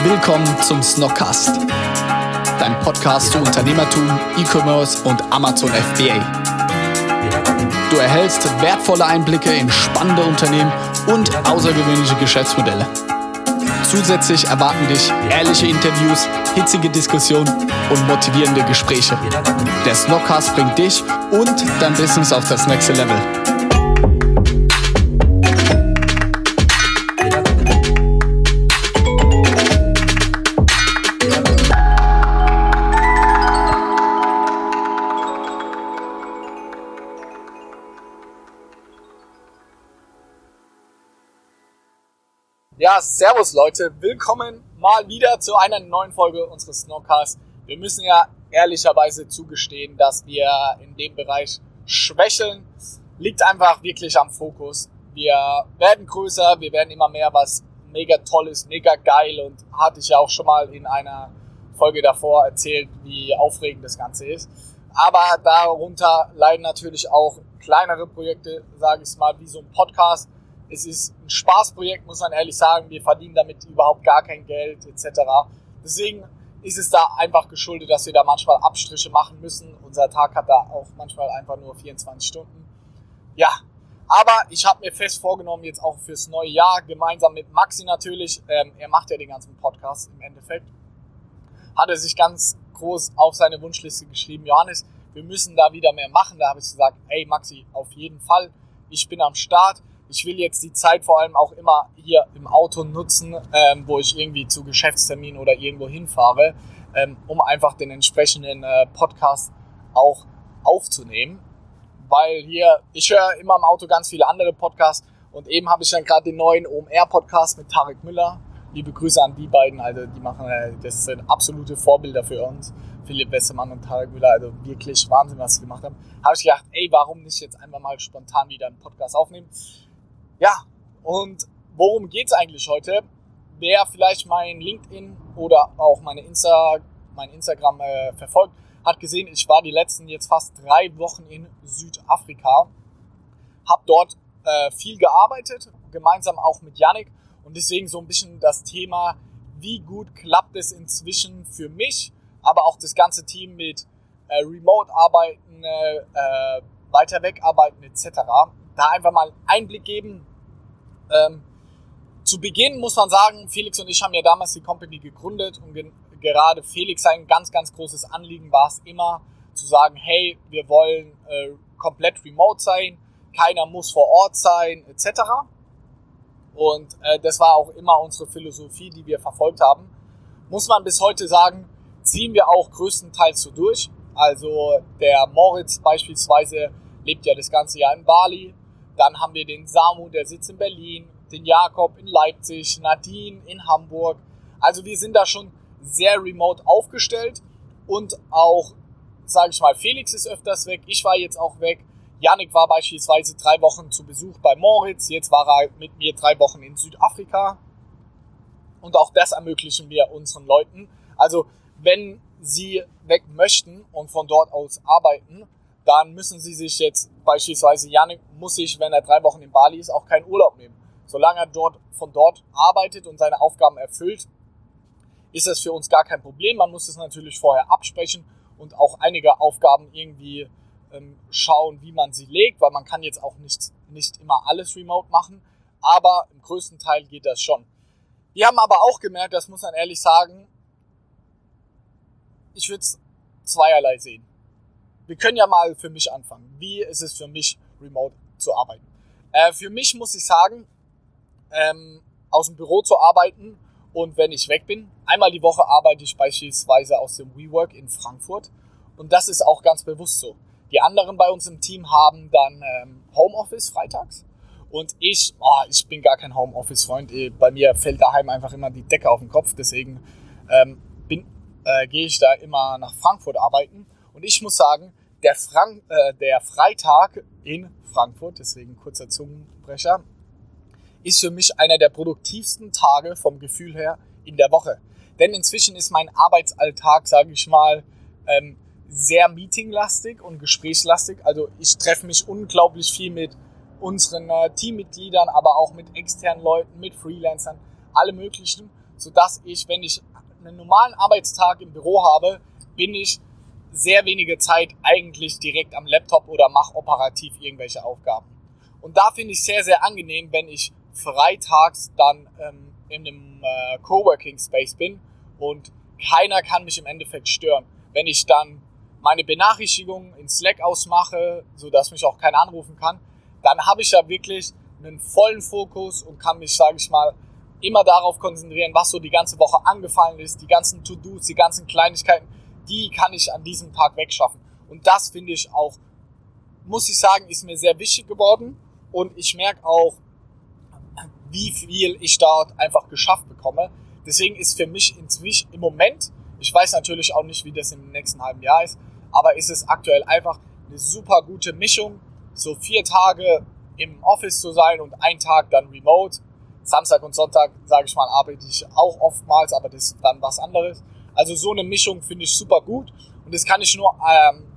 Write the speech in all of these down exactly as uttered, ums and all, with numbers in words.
Willkommen zum Snockcast, dein Podcast zu Unternehmertum, E-Commerce und Amazon F B A. Du erhältst wertvolle Einblicke in spannende Unternehmen und außergewöhnliche Geschäftsmodelle. Zusätzlich erwarten dich ehrliche Interviews, hitzige Diskussionen und motivierende Gespräche. Der Snockcast bringt dich und dein Business auf das nächste Level. Ja, servus Leute, willkommen mal wieder zu einer neuen Folge unseres Snockcasts. Wir müssen ja ehrlicherweise zugestehen, dass wir in dem Bereich schwächeln. Liegt einfach wirklich am Fokus. Wir werden größer, wir werden immer mehr, was mega toll ist, mega geil, und hatte ich ja auch schon mal in einer Folge davor erzählt, wie aufregend das Ganze ist. Aber darunter leiden natürlich auch kleinere Projekte, sage ich mal, wie so ein Podcast. Es ist ein Spaßprojekt, muss man ehrlich sagen. Wir verdienen damit überhaupt gar kein Geld et cetera. Deswegen ist es da einfach geschuldet, dass wir da manchmal Abstriche machen müssen. Unser Tag hat da auch manchmal einfach nur vierundzwanzig Stunden. Ja, aber ich habe mir fest vorgenommen, jetzt auch fürs neue Jahr, gemeinsam mit Maxi natürlich, ähm, er macht ja den ganzen Podcast im Endeffekt, hat er sich ganz groß auf seine Wunschliste geschrieben: Johannes, wir müssen da wieder mehr machen. Da habe ich gesagt, ey Maxi, auf jeden Fall, ich bin am Start. Ich will jetzt die Zeit vor allem auch immer hier im Auto nutzen, ähm, wo ich irgendwie zu Geschäftsterminen oder irgendwo hinfahre, ähm, um einfach den entsprechenden äh, Podcast auch aufzunehmen. Weil hier, ich höre immer im Auto ganz viele andere Podcasts, und eben habe ich dann gerade den neuen O M R-Podcast mit Tarek Müller. Liebe Grüße an die beiden, also die machen, äh, das sind absolute Vorbilder für uns. Philipp Wessemann und Tarek Müller, also wirklich Wahnsinn, was sie gemacht haben. Habe ich gedacht, ey, warum nicht jetzt einfach mal spontan wieder einen Podcast aufnehmen? Ja, und worum geht's eigentlich heute? Wer vielleicht mein LinkedIn oder auch meine Insta, mein Instagram äh, verfolgt, hat gesehen, ich war die letzten jetzt fast drei Wochen in Südafrika, habe dort äh, viel gearbeitet, gemeinsam auch mit Yannick, und deswegen so ein bisschen das Thema, wie gut klappt es inzwischen für mich, aber auch das ganze Team mit äh, Remote-Arbeiten, äh, äh, weiter weg arbeiten et cetera. Da einfach mal Einblick geben. Ähm, zu Beginn muss man sagen, Felix und ich haben ja damals die Company gegründet, und ge- gerade Felix, sein ganz, ganz großes Anliegen war es immer zu sagen, hey, wir wollen äh, komplett remote sein, keiner muss vor Ort sein et cetera. Und äh, das war auch immer unsere Philosophie, die wir verfolgt haben. Muss man bis heute sagen, ziehen wir auch größtenteils so durch. Also der Moritz beispielsweise lebt ja das ganze Jahr in Bali. Dann haben wir den Samu, der sitzt in Berlin, den Jakob in Leipzig, Nadine in Hamburg. Also wir sind da schon sehr remote aufgestellt, und auch, sage ich mal, Felix ist öfters weg, ich war jetzt auch weg. Yannick war beispielsweise drei Wochen zu Besuch bei Moritz, jetzt war er mit mir drei Wochen in Südafrika. Und auch das ermöglichen wir unseren Leuten. Also wenn sie weg möchten und von dort aus arbeiten, dann müssen sie sich jetzt, beispielsweise Yannick muss sich, wenn er drei Wochen in Bali ist, auch keinen Urlaub nehmen. Solange er dort von dort arbeitet und seine Aufgaben erfüllt, ist das für uns gar kein Problem. Man muss es natürlich vorher absprechen und auch einige Aufgaben irgendwie ähm, schauen, wie man sie legt, weil man kann jetzt auch nicht, nicht immer alles remote machen, aber im größten Teil geht das schon. Wir haben aber auch gemerkt, das muss man ehrlich sagen, ich würde es zweierlei sehen. Wir können ja mal für mich anfangen. Wie ist es für mich, remote zu arbeiten? Äh, für mich muss ich sagen, ähm, aus dem Büro zu arbeiten, und wenn ich weg bin, einmal die Woche arbeite ich beispielsweise aus dem WeWork in Frankfurt, und das ist auch ganz bewusst so. Die anderen bei uns im Team haben dann ähm, Homeoffice freitags, und ich, oh, ich bin gar kein Homeoffice-Freund. Bei mir fällt daheim einfach immer die Decke auf den Kopf, deswegen ähm, bin, äh, gehe ich da immer nach Frankfurt arbeiten. Und ich muss sagen, der, Frank- äh, der Freitag in Frankfurt, deswegen kurzer Zungenbrecher, ist für mich einer der produktivsten Tage vom Gefühl her in der Woche. Denn inzwischen ist mein Arbeitsalltag, sage ich mal, ähm, sehr meetinglastig und gesprächslastig. Also ich treffe mich unglaublich viel mit unseren äh, Teammitgliedern, aber auch mit externen Leuten, mit Freelancern, alle möglichen. sodass ich, wenn ich einen normalen Arbeitstag im Büro habe, bin ich sehr wenige Zeit eigentlich direkt am Laptop oder mache operativ irgendwelche Aufgaben. Und da finde ich es sehr, sehr angenehm, wenn ich freitags dann ähm, in einem äh, Coworking Space bin und keiner kann mich im Endeffekt stören. Wenn ich dann meine Benachrichtigungen in Slack ausmache, sodass mich auch keiner anrufen kann, dann habe ich ja wirklich einen vollen Fokus und kann mich, sage ich mal, immer darauf konzentrieren, was so die ganze Woche angefallen ist, die ganzen To-Dos, die ganzen Kleinigkeiten, die kann ich an diesem Tag wegschaffen. Und das finde ich auch, muss ich sagen, ist mir sehr wichtig geworden und ich merke auch, wie viel ich dort einfach geschafft bekomme. Deswegen ist für mich inzwischen im Moment, ich weiß natürlich auch nicht, wie das im nächsten halben Jahr ist, aber ist es aktuell einfach eine super gute Mischung, so vier Tage im Office zu sein und ein Tag dann remote. Samstag und Sonntag, sage ich mal, arbeite ich auch oftmals, aber das ist dann was anderes. Also so eine Mischung finde ich super gut und das kann ich nur ähm,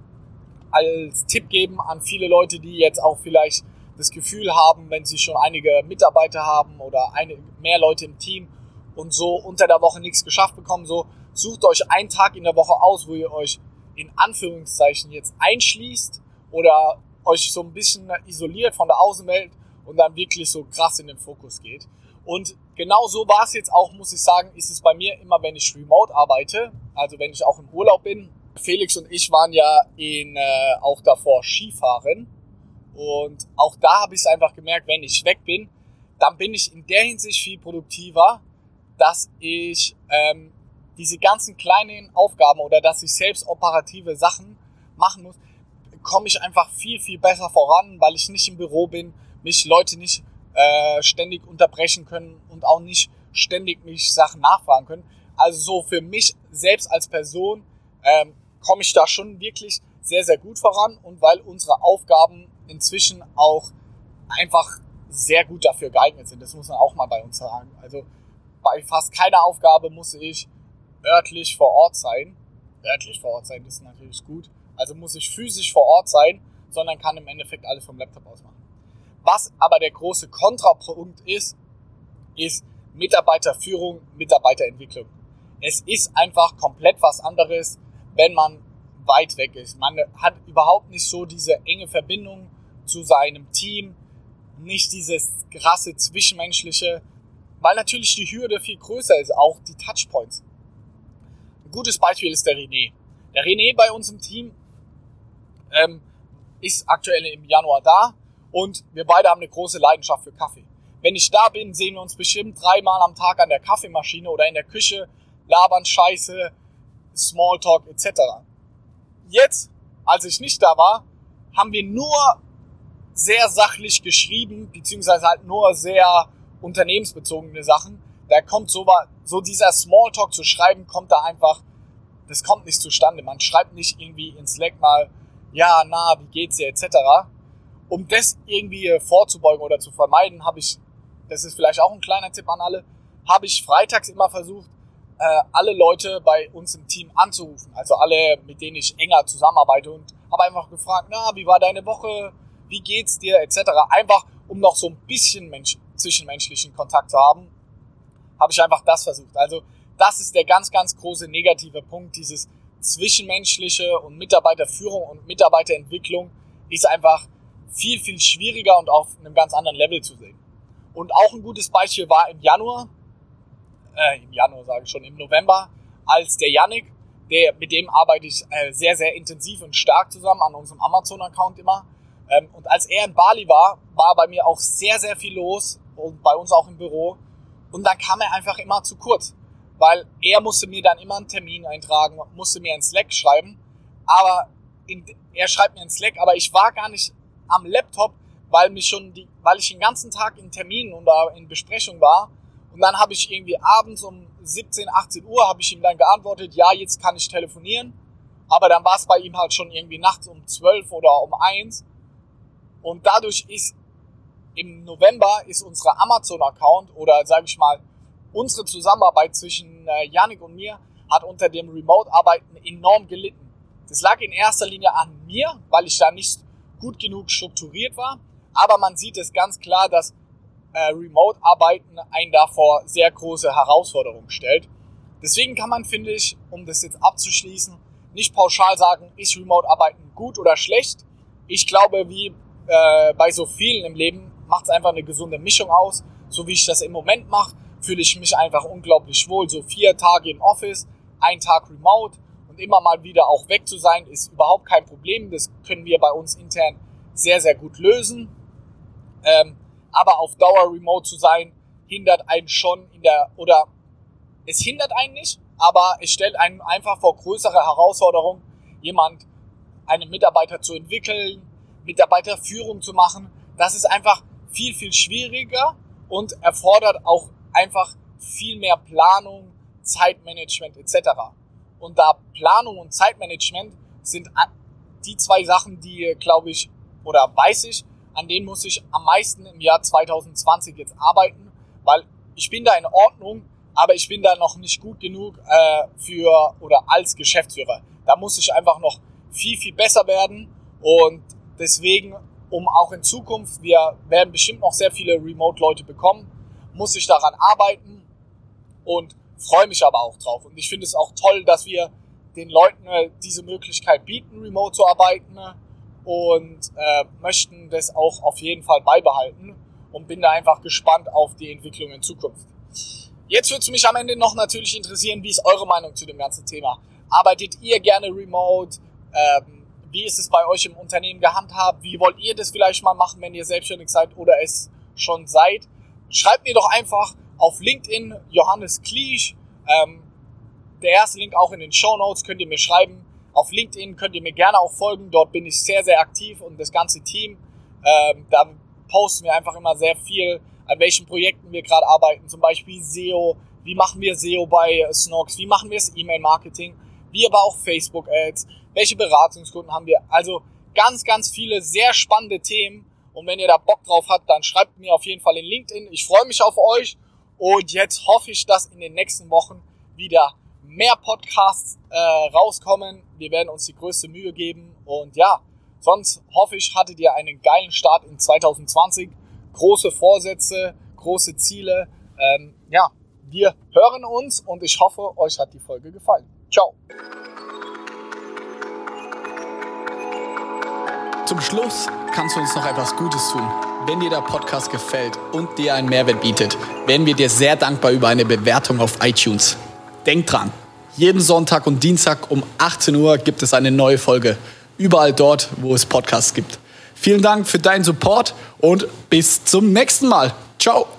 als Tipp geben an viele Leute, die jetzt auch vielleicht das Gefühl haben, wenn sie schon einige Mitarbeiter haben oder eine, mehr Leute im Team und so unter der Woche nichts geschafft bekommen, so sucht euch einen Tag in der Woche aus, wo ihr euch in Anführungszeichen jetzt einschließt oder euch so ein bisschen isoliert von der Außenwelt und dann wirklich so krass in den Fokus geht. Und genau so war es jetzt auch, muss ich sagen, ist es bei mir immer, wenn ich remote arbeite, also wenn ich auch im Urlaub bin. Felix und ich waren ja in, äh, auch davor Skifahren und auch da habe ich es einfach gemerkt, wenn ich weg bin, dann bin ich in der Hinsicht viel produktiver, dass ich ähm, diese ganzen kleinen Aufgaben oder dass ich selbst operative Sachen machen muss, komme ich einfach viel, viel besser voran, weil ich nicht im Büro bin, mich Leute nicht äh, ständig unterbrechen können und auch nicht ständig mich Sachen nachfragen können. Also so für mich selbst als Person ähm, komme ich da schon wirklich sehr, sehr gut voran und weil unsere Aufgaben inzwischen auch einfach sehr gut dafür geeignet sind. Das muss man auch mal bei uns sagen. Also bei fast keiner Aufgabe muss ich örtlich vor Ort sein. Örtlich vor Ort sein, das ist natürlich gut. Also muss ich physisch vor Ort sein, sondern kann im Endeffekt alles vom Laptop aus machen. Was aber der große Kontrapunkt ist, ist Mitarbeiterführung, Mitarbeiterentwicklung. Es ist einfach komplett was anderes, wenn man weit weg ist. Man hat überhaupt nicht so diese enge Verbindung zu seinem Team, nicht dieses krasse Zwischenmenschliche, weil natürlich die Hürde viel größer ist, auch die Touchpoints. Ein gutes Beispiel ist der René. Der René bei uns im Team ähm, ist aktuell im Januar da und wir beide haben eine große Leidenschaft für Kaffee. Wenn ich da bin, sehen wir uns bestimmt dreimal am Tag an der Kaffeemaschine oder in der Küche, labern Scheiße, Smalltalk et cetera. Jetzt, als ich nicht da war, haben wir nur sehr sachlich geschrieben, beziehungsweise halt nur sehr unternehmensbezogene Sachen. Da kommt so, so dieser Smalltalk zu schreiben, kommt da einfach, das kommt nicht zustande. Man schreibt nicht irgendwie in Slack mal, ja, na, wie geht's dir, et cetera. Um das irgendwie vorzubeugen oder zu vermeiden, habe ich, das ist vielleicht auch ein kleiner Tipp an alle, habe ich freitags immer versucht, äh, alle Leute bei uns im Team anzurufen. Also alle, mit denen ich enger zusammenarbeite und habe einfach gefragt, na, wie war deine Woche, wie geht's dir, et cetera. Einfach, um noch so ein bisschen Mensch, zwischenmenschlichen Kontakt zu haben, habe ich einfach das versucht. Also das ist der ganz, ganz große negative Punkt, dieses Zwischenmenschliche und Mitarbeiterführung und Mitarbeiterentwicklung ist einfach viel, viel schwieriger und auf einem ganz anderen Level zu sehen. Und auch ein gutes Beispiel war im Januar, äh, im Januar sage ich schon, im November, als der Yannick, der, mit dem arbeite ich äh, sehr, sehr intensiv und stark zusammen an unserem Amazon-Account immer. Ähm, und als er in Bali war, war bei mir auch sehr, sehr viel los und bei uns auch im Büro. Und dann kam er einfach immer zu kurz, weil er musste mir dann immer einen Termin eintragen, musste mir in Slack schreiben. Aber in, er schreibt mir in Slack, aber ich war gar nicht am Laptop, weil mich schon die, weil ich den ganzen Tag in Terminen oder in Besprechung war. Und dann habe ich irgendwie abends um siebzehn, achtzehn Uhr habe ich ihm dann geantwortet, ja, jetzt kann ich telefonieren. Aber dann war es bei ihm halt schon irgendwie nachts um zwölf oder um eins. Und dadurch ist im November ist unsere Amazon-Account oder sage ich mal unsere Zusammenarbeit zwischen äh, Yannick und mir hat unter dem Remote-Arbeiten enorm gelitten. Das lag in erster Linie an mir, weil ich da nicht gut genug strukturiert war. Aber man sieht es ganz klar, dass äh, Remote-Arbeiten einen da vor sehr große Herausforderungen stellt. Deswegen kann man, finde ich, um das jetzt abzuschließen, nicht pauschal sagen, ist Remote-Arbeiten gut oder schlecht. Ich glaube, wie äh, bei so vielen im Leben, macht es einfach eine gesunde Mischung aus. So wie ich das im Moment mache, fühle ich mich einfach unglaublich wohl. So vier Tage im Office, ein Tag Remote und immer mal wieder auch weg zu sein, ist überhaupt kein Problem. Das können wir bei uns intern sehr, sehr gut lösen. Ähm, aber auf Dauer Remote zu sein, hindert einen schon in der, oder es hindert einen nicht, aber es stellt einen einfach vor größere Herausforderungen, jemand, einen Mitarbeiter zu entwickeln, Mitarbeiterführung zu machen. Das ist einfach viel, viel schwieriger und erfordert auch einfach viel mehr Planung, Zeitmanagement et cetera. Und da Planung und Zeitmanagement sind die zwei Sachen, die, glaube ich, oder weiß ich, an denen muss ich am meisten im Jahr zwanzig zwanzig jetzt arbeiten, weil ich bin da in Ordnung, aber ich bin da noch nicht gut genug äh, für oder als Geschäftsführer. Da muss ich einfach noch viel, viel besser werden und deswegen, um auch in Zukunft, wir werden bestimmt noch sehr viele Remote-Leute bekommen, muss ich daran arbeiten und freue mich aber auch drauf. Und ich finde es auch toll, dass wir den Leuten äh, diese Möglichkeit bieten, remote zu arbeiten und äh, möchten das auch auf jeden Fall beibehalten und bin da einfach gespannt auf die Entwicklung in Zukunft. Jetzt würde es mich am Ende noch natürlich interessieren, wie ist eure Meinung zu dem ganzen Thema? Arbeitet ihr gerne remote? Ähm, wie ist es bei euch im Unternehmen gehandhabt? Wie wollt ihr das vielleicht mal machen, wenn ihr selbstständig seid oder es schon seid? Schreibt mir doch einfach auf LinkedIn Johannes Kliesch. Ähm, der erste Link auch in den Shownotes könnt ihr mir schreiben. Auf LinkedIn könnt ihr mir gerne auch folgen. Dort bin ich sehr, sehr aktiv und das ganze Team. Ähm, da posten wir einfach immer sehr viel, an welchen Projekten wir gerade arbeiten. Zum Beispiel S E O. Wie machen wir S E O bei Snox? Wie machen wir das E-Mail-Marketing? Wie aber auch Facebook-Ads. Welche Beratungskunden haben wir? Also ganz, ganz viele sehr spannende Themen. Und wenn ihr da Bock drauf habt, dann schreibt mir auf jeden Fall in LinkedIn. Ich freue mich auf euch. Und jetzt hoffe ich, dass in den nächsten Wochen wieder mehr Podcasts äh, rauskommen. Wir werden uns die größte Mühe geben. Und ja, sonst hoffe ich, hattet ihr einen geilen Start in zwanzig zwanzig. Große Vorsätze, große Ziele. Ähm, ja, wir hören uns und ich hoffe, euch hat die Folge gefallen. Ciao. Zum Schluss kannst du uns noch etwas Gutes tun. Wenn dir der Podcast gefällt und dir einen Mehrwert bietet, wären wir dir sehr dankbar über eine Bewertung auf iTunes. Denk dran, jeden Sonntag und Dienstag um achtzehn Uhr gibt es eine neue Folge. Überall dort, wo es Podcasts gibt. Vielen Dank für deinen Support und bis zum nächsten Mal. Ciao.